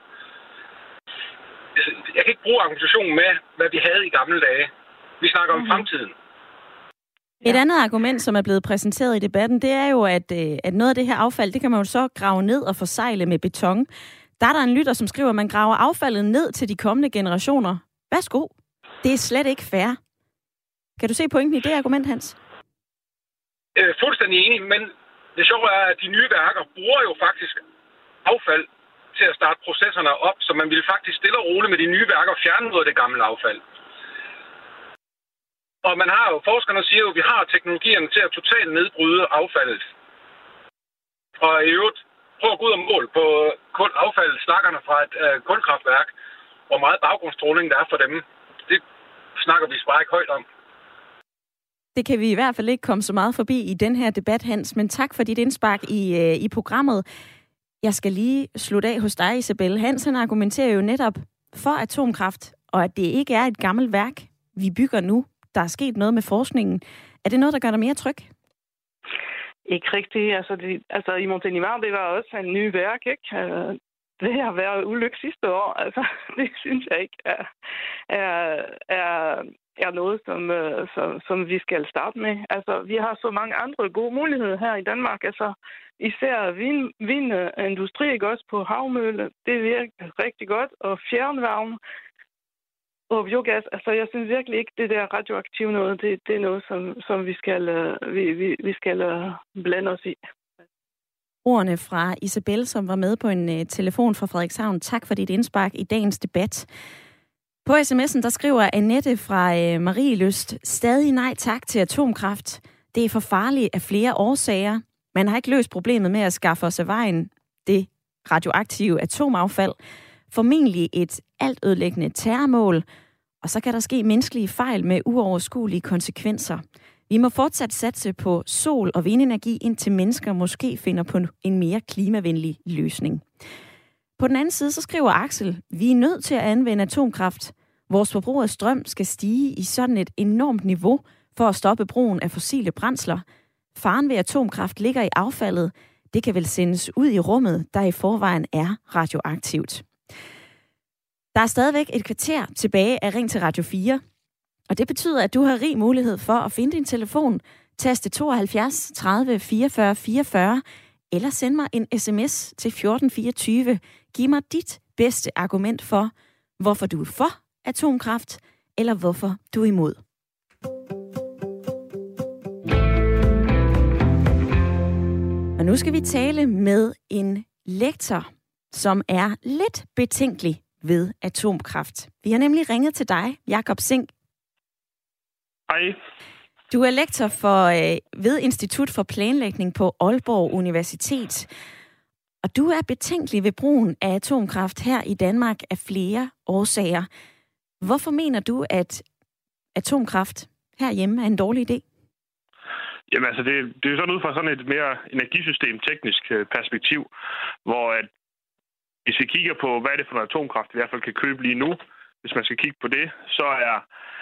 Jeg kan ikke bruge argumentationen med, hvad vi havde i gamle dage. Vi snakker mm. om fremtiden. Et andet argument, som er blevet præsenteret i debatten, det er jo, at, at noget af det her affald, det kan man jo så grave ned og forsegle med beton. Der er der en lytter, som skriver, at man graver affaldet ned til de kommende generationer. Værsgo. Det er slet ikke fair. Kan du se pointen i det argument, Hans? Øh, fuldstændig enig, men det sjove er, at de nye værker bruger jo faktisk affald til at starte processerne op, så man vil faktisk stille og roligt med de nye værker fjerne noget af det gamle affald. Og man har jo, forskerne siger jo, at vi har teknologierne til at totalt nedbryde affaldet. Og i øvrigt, prøv at gå ud og mål på affaldsslakkerne fra et øh, kulkraftværk, hvor meget baggrundsstråling der er for dem. Det snakker vi bare ikke højt om. Det kan vi i hvert fald ikke komme så meget forbi i den her debat, Hans, men tak for dit indspark i, øh, i programmet. Jeg skal lige slutte af hos dig, Isabel. Hans, han argumenterer jo netop for atomkraft, og at det ikke er et gammelt værk, vi bygger nu. Der er sket noget med forskningen. Er det noget, der gør dig mere tryg? Ikke rigtigt. Altså, det, altså i Montélimar, det var også en ny værk, ikke? det har været ulykke sidste år. Altså, det synes jeg ikke er, er, er, er noget, som, øh, som, som vi skal starte med. Altså, vi har så mange andre gode muligheder her i Danmark. Altså, især vind, vindindustri, ikke også på havmølle, det virker rigtig godt. Og fjernvarme og biogas. Altså, jeg synes virkelig ikke, det der radioaktive noget, det, det er noget, som, som vi skal, øh, vi, vi, vi skal øh, blande os i. Ordene fra Isabel, som var med på en uh, telefon fra Frederikshavn. Tak for dit indspark i dagens debat. På sms'en, der skriver Annette fra uh, Marielyst, stadig nej tak til atomkraft. Det er for farligt af flere årsager. Man har ikke løst problemet med at skaffe os af vejen det radioaktive atomaffald. Formentlig et altødelæggende terrormål. Og så kan der ske menneskelige fejl med uoverskuelige konsekvenser. Vi må fortsat satse på sol- og vindenergi, indtil mennesker måske finder på en mere klimavenlig løsning. På den anden side, så skriver Axel, vi er nødt til at anvende atomkraft. Vores forbrug af strøm skal stige i sådan et enormt niveau for at stoppe brugen af fossile brændsler. Faren ved atomkraft ligger i affaldet. Det kan vel sendes ud i rummet, der i forvejen er radioaktivt. Der er stadigvæk et kvarter tilbage af Ring til Radio fire. Og det betyder, at du har rig mulighed for at finde din telefon, taste tooghalvfjerds tredive fireogfyrre fireogfyrre, eller send mig en sms til fjorten fireogtyve. Giv mig dit bedste argument for, hvorfor du er for atomkraft, eller hvorfor du er imod. Og nu skal vi tale med en lektor, som er lidt betænkelig ved atomkraft. Vi har nemlig ringet til dig, Jakob Zink. Hej. Du er lektor for, øh, ved Institut for Planlægning på Aalborg Universitet. Og du er betænkelig ved brugen af atomkraft her i Danmark af flere årsager. Hvorfor mener du, at atomkraft herhjemme er en dårlig idé? Jamen altså, det, det er sådan ud fra sådan et mere energisystem-teknisk perspektiv, hvor at, hvis vi kigger på, hvad er det for noget atomkraft, vi i hvert fald kan købe lige nu, hvis man skal kigge på det, så er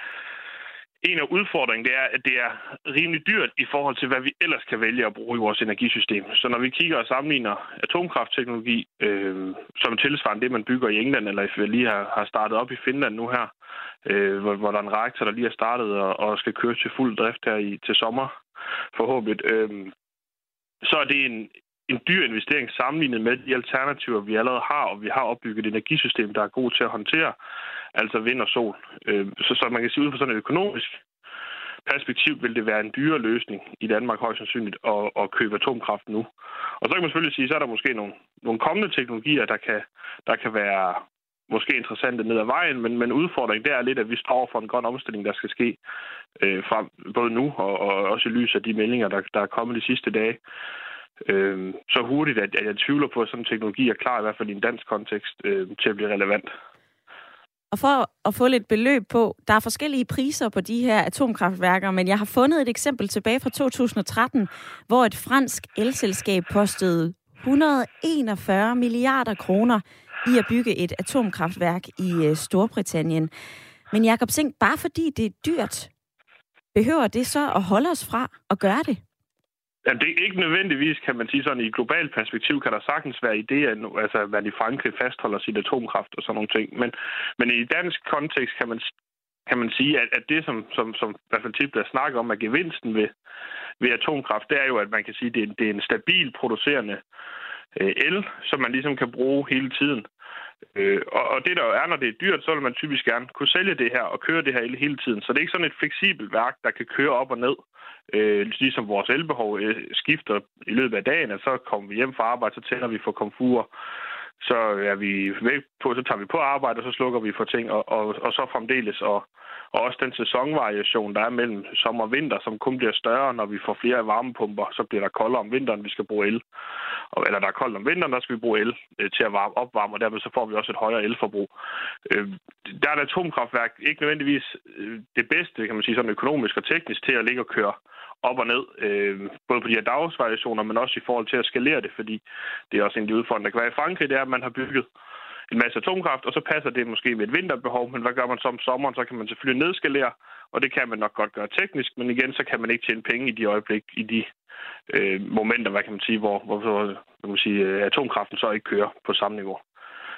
en af udfordringen, det er, at det er rimelig dyrt i forhold til, hvad vi ellers kan vælge at bruge i vores energisystem. Så når vi kigger og sammenligner atomkraftteknologi, øh, som tilsvarende det, man bygger i England, eller lige har, har startet op i Finland nu her, øh, hvor, hvor der er en reaktor, der lige har startet og, og skal køre til fuld drift her i, til sommer, forhåbentlig, øh, så er det en, en dyr investering sammenlignet med de alternativer, vi allerede har, og vi har opbygget et energisystem, der er god til at håndtere, altså vind og sol. Så, så man kan sige, ud fra sådan et økonomisk perspektiv, vil det være en dyrere løsning i Danmark højst sandsynligt at, at købe atomkraft nu. Og så kan man selvfølgelig sige, så er der måske nogle, nogle kommende teknologier, der kan, der kan være måske interessante ned ad vejen, men, men udfordringen der er lidt, at vi står over for en grøn omstilling, der skal ske øh, fra både nu og, og også i lys af de meldinger, der, der er kommet de sidste dage. Øh, så hurtigt, at, at jeg tvivler på, at sådan en teknologi er klar, i hvert fald i en dansk kontekst, øh, til at blive relevant. Og for at få lidt beløb på, der er forskellige priser på de her atomkraftværker, men jeg har fundet et eksempel tilbage fra to tusind og tretten, hvor et fransk elselskab kostede et hundrede og enogfyrre milliarder kroner i at bygge et atomkraftværk i Storbritannien. Men Jakob Zink, bare fordi det er dyrt, behøver det så at holde os fra at gøre det? Ja, det er ikke nødvendigvis, kan man sige, sådan i et globalt perspektiv, kan der sagtens være idéer, altså at man i Frankrig fastholder sit atomkraft og sådan nogle ting. Men, men i dansk kontekst kan man, kan man sige, at, at det, som, som, som i hvert fald tit bliver snakket om, at gevinsten ved, ved atomkraft, det er jo, at man kan sige, at det er, det er en stabil producerende øh, el, som man ligesom kan bruge hele tiden. Øh, og, og det der jo er, når det er dyrt, så vil man typisk gerne kunne sælge det her og køre det her el hele tiden. Så det er ikke sådan et fleksibelt værk, der kan køre op og ned. Øh, ligesom vores elbehov øh, skifter i løbet af dagen, og så kommer vi hjem fra arbejde, så tænder vi for komfur, så er vi væk på, så tager vi på arbejde, og så slukker vi for ting, og, og, og så fremdeles. Og, og også den sæsonvariation, der er mellem sommer og vinter, som kun bliver større, når vi får flere varmepumper, så bliver der koldere om vinteren, vi skal bruge el. Eller der er koldt om vinteren, der skal vi bruge el øh, til at varme, opvarme, og dermed så får vi også et højere elforbrug. Øh, der er et atomkraftværk ikke nødvendigvis øh, det bedste, kan man sige, sådan økonomisk og teknisk til at ligge og køre op og ned, øh, både på de her dagsvariationer, men også i forhold til at skalere det, fordi det er også en af de udfordringer, der kan være i Frankrig, det er, at man har bygget en masse atomkraft, og så passer det måske med et vinterbehov, men hvad gør man så om sommeren? Så kan man selvfølgelig nedskalere, og det kan man nok godt gøre teknisk, men igen, så kan man ikke tjene penge i de øjeblik, i de øh, momenter, hvad kan man sige, hvor, hvor, hvor kan man sige, atomkraften så ikke kører på samme niveau.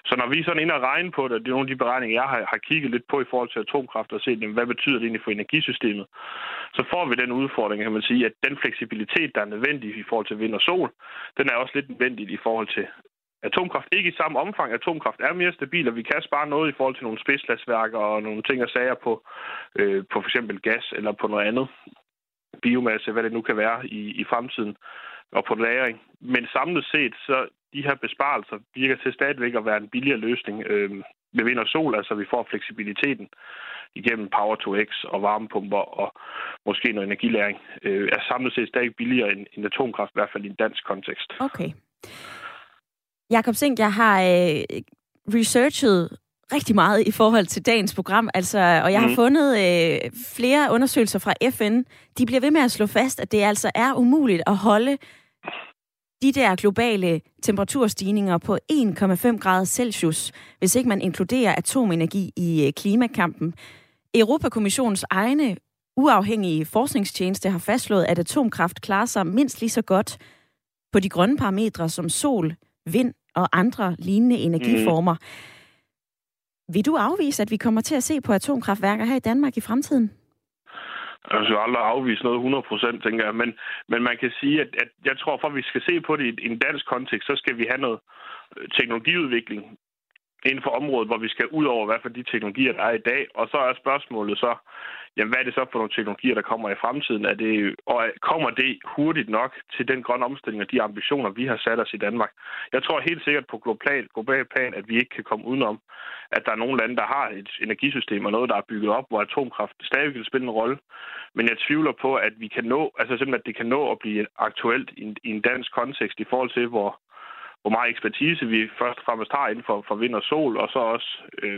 Så når vi er sådan inde og regne på det, det er nogle af de beregninger, jeg har, har kigget lidt på i forhold til atomkraft og set, hvad betyder det egentlig for energisystemet, så får vi den udfordring, kan man sige, at den fleksibilitet, der er nødvendig i forhold til vind og sol, den er også lidt nødvendig i forhold til atomkraft. Ikke i samme omfang. Atomkraft er mere stabil, og vi kan spare noget i forhold til nogle spidslastværker og nogle ting og sager på, øh, på for eksempel gas eller på noget andet. Biomasse, hvad det nu kan være i, i fremtiden, og på lagring. Men samlet set, så de her besparelser virker til stadigvæk at være en billigere løsning øh, med vind og sol, altså vi får fleksibiliteten igennem Power to X og varmepumper og måske noget energilæring, øh, er samlet set stadig billigere end, end atomkraft, i hvert fald i en dansk kontekst. Okay. Jakob Zink, jeg har øh, researchet rigtig meget i forhold til dagens program, altså, og jeg har mm. fundet øh, flere undersøgelser fra F N. De bliver ved med at slå fast, at det altså er umuligt at holde de der globale temperaturstigninger på en komma fem grader Celsius, hvis ikke man inkluderer atomenergi i øh, klimakampen. Europakommissionens egne uafhængige forskningstjeneste har fastslået, at atomkraft klarer sig mindst lige så godt på de grønne parametre som sol, vind og andre lignende energiformer. Mm. Vil du afvise, at vi kommer til at se på atomkraftværker her i Danmark i fremtiden? Jeg skal aldrig afvise noget hundrede procent, tænker jeg. Men, men man kan sige, at, at jeg tror, for at vi skal se på det i en dansk kontekst, så skal vi have noget teknologiudvikling inden for området, hvor vi skal ud over, hvad for de teknologier, der er i dag. Og så er spørgsmålet så, jamen, hvad er det så for nogle teknologier, der kommer i fremtiden? Er det, og kommer det hurtigt nok til den grønne omstilling og de ambitioner, vi har sat os i Danmark? Jeg tror helt sikkert på global, global plan, at vi ikke kan komme udenom, at der er nogle lande, der har et energisystem og noget, der er bygget op, hvor atomkraft stadig vil spille en rolle. Men jeg tvivler på, at vi kan nå, altså simpelthen, at det kan nå at blive aktuelt i en, i en dansk kontekst i forhold til, hvor hvor meget ekspertise vi først og fremmest har inden for, for vind og sol, og så også øh,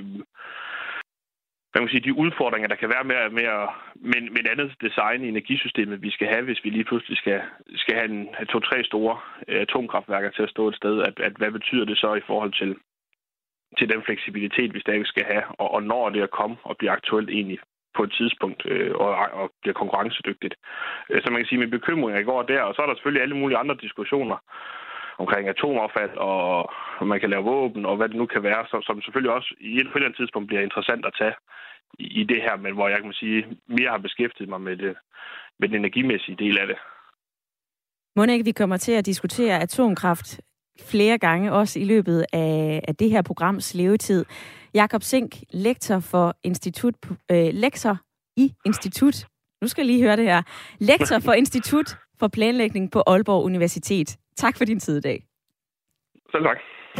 hvad man sige, de udfordringer, der kan være med, med, med, med et andet design i energisystemet, vi skal have, hvis vi lige pludselig skal, skal have, en, have to-tre store øh, atomkraftværker til at stå et sted. At, at, hvad betyder det så i forhold til, til den fleksibilitet, vi stadig skal have, og, og når det er komme og blive aktuelt egentlig på et tidspunkt øh, og, og bliver konkurrencedygtigt. Så man kan sige, med bekymringer i går der, og så er der selvfølgelig alle mulige andre diskussioner omkring atomaffald, og man kan lave våben, og hvad det nu kan være, som, som selvfølgelig også i et eller andet tidspunkt bliver interessant at tage i, i det her, men hvor jeg kan sige, mere har beskæftiget mig med, det, med den energimæssige del af det. Må ikke vi kommer til at diskutere atomkraft flere gange, også i løbet af, af det her programs levetid. Jakob Zink, lektor for institut, øh, lektor i Institut, nu skal jeg lige høre det her, lektor for Institut for Planlægning på Aalborg Universitet. Tak for din tid i dag. Selv tak.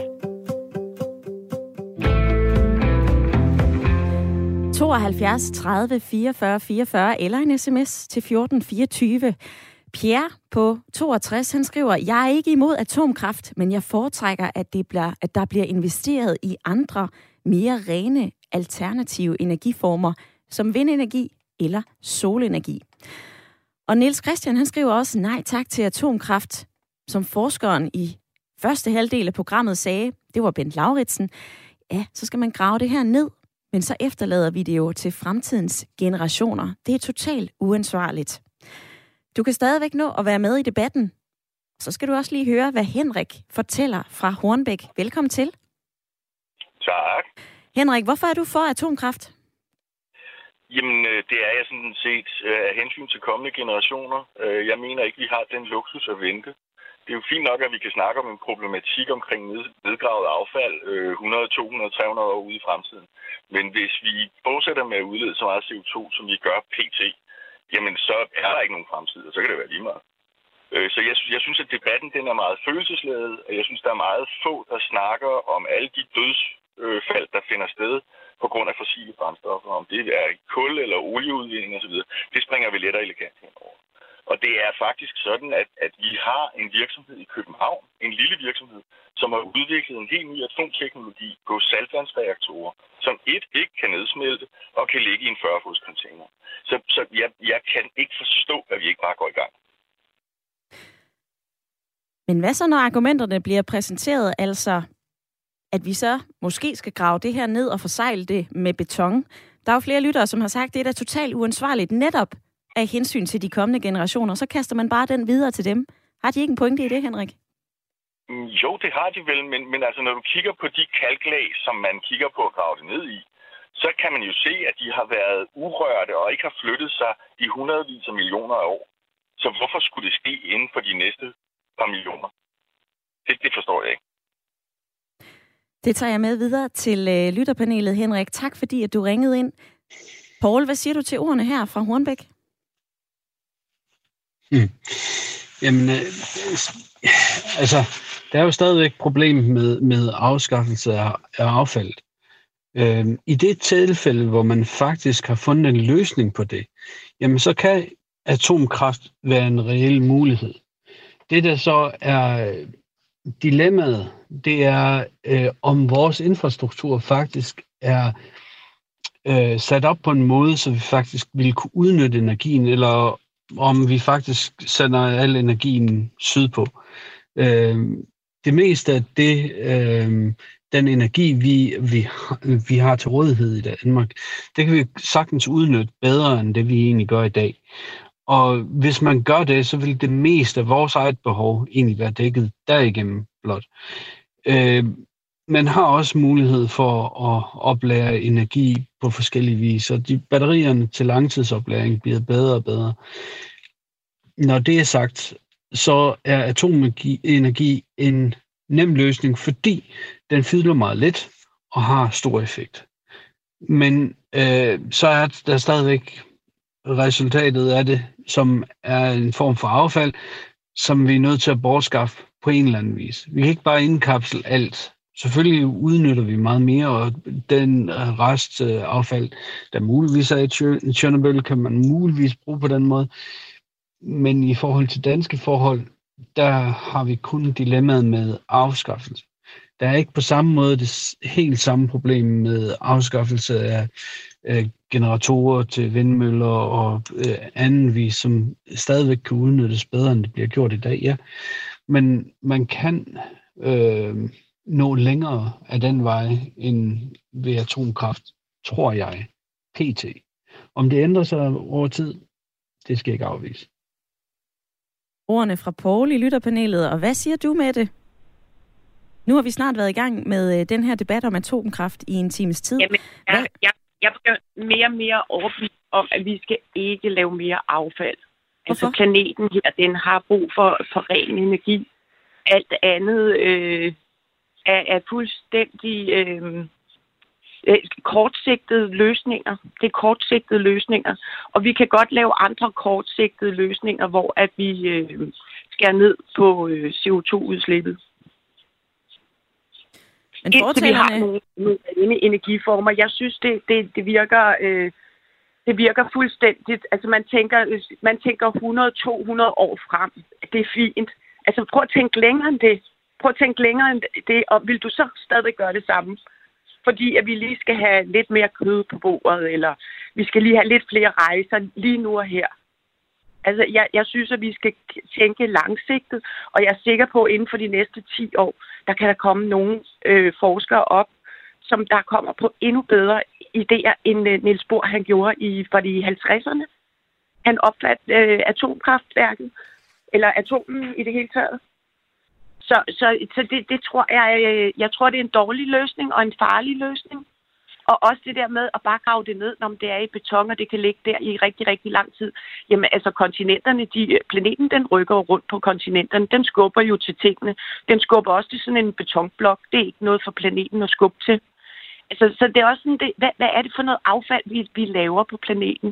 tooghalvfjerds tredive fireogfyrre fireogfyrre eller en sms til fjorten fireogtyve. Pierre på toogtres, han skriver, jeg er ikke imod atomkraft, men jeg foretrækker, at, det bliver, at der bliver investeret i andre, mere rene, alternative energiformer, som vindenergi eller solenergi. Og Niels Christian, han skriver også, nej tak til atomkraft, som forskeren i første halvdel af programmet sagde, det var Bent Lauritsen, ja, så skal man grave det her ned, men så efterlader vi det jo til fremtidens generationer. Det er totalt uansvarligt. Du kan stadigvæk nå at være med i debatten. Så skal du også lige høre, hvad Henrik fortæller fra Hornbæk. Velkommen til. Tak. Henrik, hvorfor er du for atomkraft? Jamen, det er jeg sådan set af hensyn til kommende generationer. Jeg mener ikke, vi har den luksus at vente. Det er jo fint nok, at vi kan snakke om en problematik omkring nedgravet affald hundrede, to hundrede, tre hundrede år ude i fremtiden. Men hvis vi fortsætter med at udlede så meget C O to, som vi gør pt., jamen så er der ikke nogen fremtid, og så kan det være lige meget. Så jeg, jeg synes, at debatten den er meget følelsesladet, og jeg synes, der er meget få, der snakker om alle de dødsfald, der finder sted på grund af fossile brændstoffer, om det er kul eller olieudvinding osv. Det springer vi let og elegant henover. Og det er faktisk sådan, at, at vi har en virksomhed i København, en lille virksomhed, som har udviklet en helt ny atomteknologi på saltvandsreaktorer, som et ikke kan nedsmelte og kan ligge i en fyrre fods container. Så, så jeg, jeg kan ikke forstå, at vi ikke bare går i gang. Men hvad så, når argumenterne bliver præsenteret, altså at vi så måske skal grave det her ned og forsegle det med beton? Der er jo flere lyttere, som har sagt, at det er da totalt uansvarligt netop af hensyn til de kommende generationer. Så kaster man bare den videre til dem. Har de ikke en pointe i det, Henrik? Jo, det har de vel, men, men altså, når du kigger på de kalklag, som man kigger på at grave det ned i, så kan man jo se, at de har været urørte og ikke har flyttet sig i hundredvis af millioner af år. Så hvorfor skulle det ske inden for de næste par millioner? Det, det forstår jeg ikke. Det tager jeg med videre til øh, lytterpanelet, Henrik. Tak fordi, at du ringede ind. Poul, hvad siger du til ordene her fra Hornbæk? Hmm. Jamen, øh, altså, der er jo stadigvæk et problem med, med afskaffelse af, af affaldet. Øh, I det tilfælde, hvor man faktisk har fundet en løsning på det, jamen så kan atomkraft være en reel mulighed. Det, der så er dilemmaet, det er, øh, om vores infrastruktur faktisk er øh, sat op på en måde, så vi faktisk vil kunne udnytte energien, eller om vi faktisk sender al energien sydpå. Øh, det meste af det, øh, den energi, vi, vi, vi har til rådighed i Danmark, det kan vi sagtens udnytte bedre, end det vi egentlig gør i dag. Og hvis man gør det, så vil det meste af vores eget behov egentlig være dækket derigennem blot. Øh, man har også mulighed for at oplære energi på forskellige vis, og de batterierne til langtidsoplæring bliver bedre og bedre. Når det er sagt, så er atomenergi en nem løsning, fordi den fylder meget let og har stor effekt. Men øh, så er der stadigvæk resultatet af det, som er en form for affald, som vi er nødt til at bortskaffe på en eller anden vis. Vi kan ikke bare indkapsle alt. Selvfølgelig udnytter vi meget mere, og den restaffald, der muligvis er i Chernobyl, kan man muligvis bruge på den måde. Men i forhold til danske forhold, der har vi kun dilemmaet med afskaffelse. Der er ikke på samme måde det helt samme problem med afskaffelse af øh, generatorer til vindmøller og øh, anden vis, som stadigvæk kan udnyttes bedre, end det bliver gjort i dag. Ja. Men man kan øh, nå længere af den vej end ved atomkraft, tror jeg, pt. Om det ændrer sig over tid, det skal jeg ikke afvise. Ordene fra Poul i lytterpanelet, og hvad siger du med det? Nu har vi snart været i gang med den her debat om atomkraft i en times tid. Jamen, jeg, jeg, jeg bliver mere og mere overbevist om, at vi skal ikke lave mere affald. Hvorfor? Altså planeten her, den har brug for, for ren energi. Alt andet øh, er, er fuldstændig øh, kortsigtede løsninger. Det er kortsigtede løsninger. Og vi kan godt lave andre kortsigtede løsninger, hvor at vi øh, skærer ned på øh, C O to udslippet. Men indtil vi har nogle, nogle energiformer. Jeg synes, det, det, det virker øh, det virker fuldstændigt. Altså man tænker, man tænker hundrede til to hundrede år frem. Det er fint. Altså prøv at tænke længere end det. Prøv at tænke længere end det, og vil du så stadig gøre det samme? Fordi at vi lige skal have lidt mere kød på bordet, eller vi skal lige have lidt flere rejser lige nu og her. Altså, jeg, jeg synes, at vi skal tænke langsigtet, og jeg er sikker på, at inden for de næste ti år, der kan der komme nogle øh, forskere op, som der kommer på endnu bedre idéer, end øh, Niels Bohr han gjorde i, for de halvtredserne. Han opfandt øh, atomkraftværket, eller atomen i det hele taget. Så, så, så det, det tror jeg, øh, jeg tror, det er en dårlig løsning og en farlig løsning. Og også det der med at bare grave det ned, når det er i beton, og det kan ligge der i rigtig, rigtig lang tid. Jamen altså kontinenterne, de, planeten den rykker rundt på kontinenterne. Den skubber jo til tingene. Den skubber også til sådan en betonblok. Det er ikke noget for planeten at skubbe til. Altså, så det er også sådan, det, hvad, hvad er det for noget affald, vi, vi laver på planeten?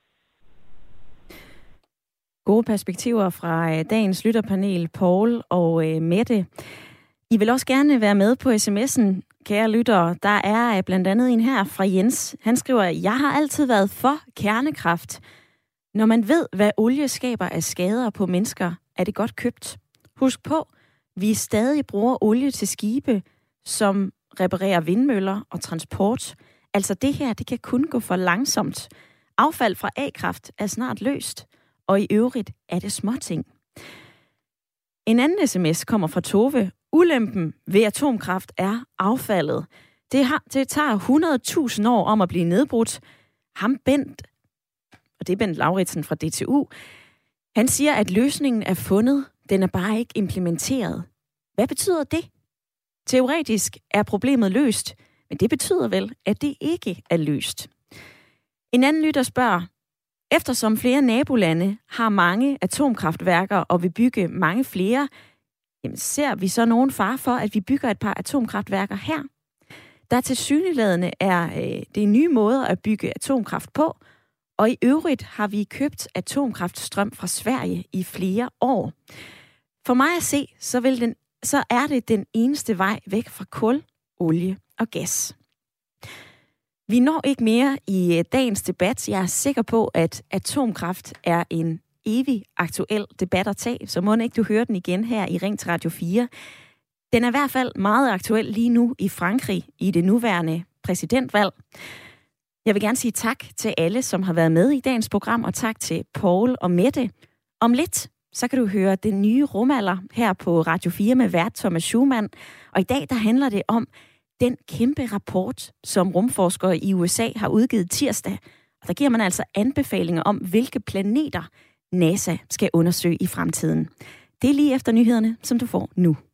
Gode perspektiver fra dagens lytterpanel, Poul og øh, Mette. I vil også gerne være med på sms'en, kære lyttere. Der er blandt andet en her fra Jens. Han skriver, jeg har altid været for kernekraft. Når man ved, hvad olie skaber af skader på mennesker, er det godt købt. Husk på, vi stadig bruger olie til skibe, som reparerer vindmøller og transport. Altså det her, det kan kun gå for langsomt. Affald fra A-kraft er snart løst, og i øvrigt er det småting. En anden sms kommer fra Tove. Ulempen ved atomkraft er affaldet. Det, har, det tager hundrede tusind år om at blive nedbrudt. Ham Bent, og det er Bent Lauritsen fra D T U, han siger, at løsningen er fundet. Den er bare ikke implementeret. Hvad betyder det? Teoretisk er problemet løst, men det betyder vel, at det ikke er løst. En anden lytter spørger, eftersom flere nabolande har mange atomkraftværker og vil bygge mange flere, jamen ser vi så nogen fare for, at vi bygger et par atomkraftværker her? Der tilsyneladende er øh, det nye måder at bygge atomkraft på, og i øvrigt har vi købt atomkraftstrøm fra Sverige i flere år. For mig at se, så, vil den, så er det den eneste vej væk fra kul, olie og gas. Vi når ikke mere i dagens debat. Jeg er sikker på, at atomkraft er en evig aktuel debat at tage, så må ikke du høre den igen her i Ring til Radio fire. Den er i hvert fald meget aktuel lige nu i Frankrig i det nuværende præsidentvalg. Jeg vil gerne sige tak til alle, som har været med i dagens program, og tak til Paul og Mette. Om lidt, så kan du høre den nye rumalder her på Radio fire med vært Thomas Schumann. Og i dag, der handler det om den kæmpe rapport, som rumforskere i U S A har udgivet tirsdag. Og der giver man altså anbefalinger om, hvilke planeter NASA skal undersøge i fremtiden. Det er lige efter nyhederne, som du får nu.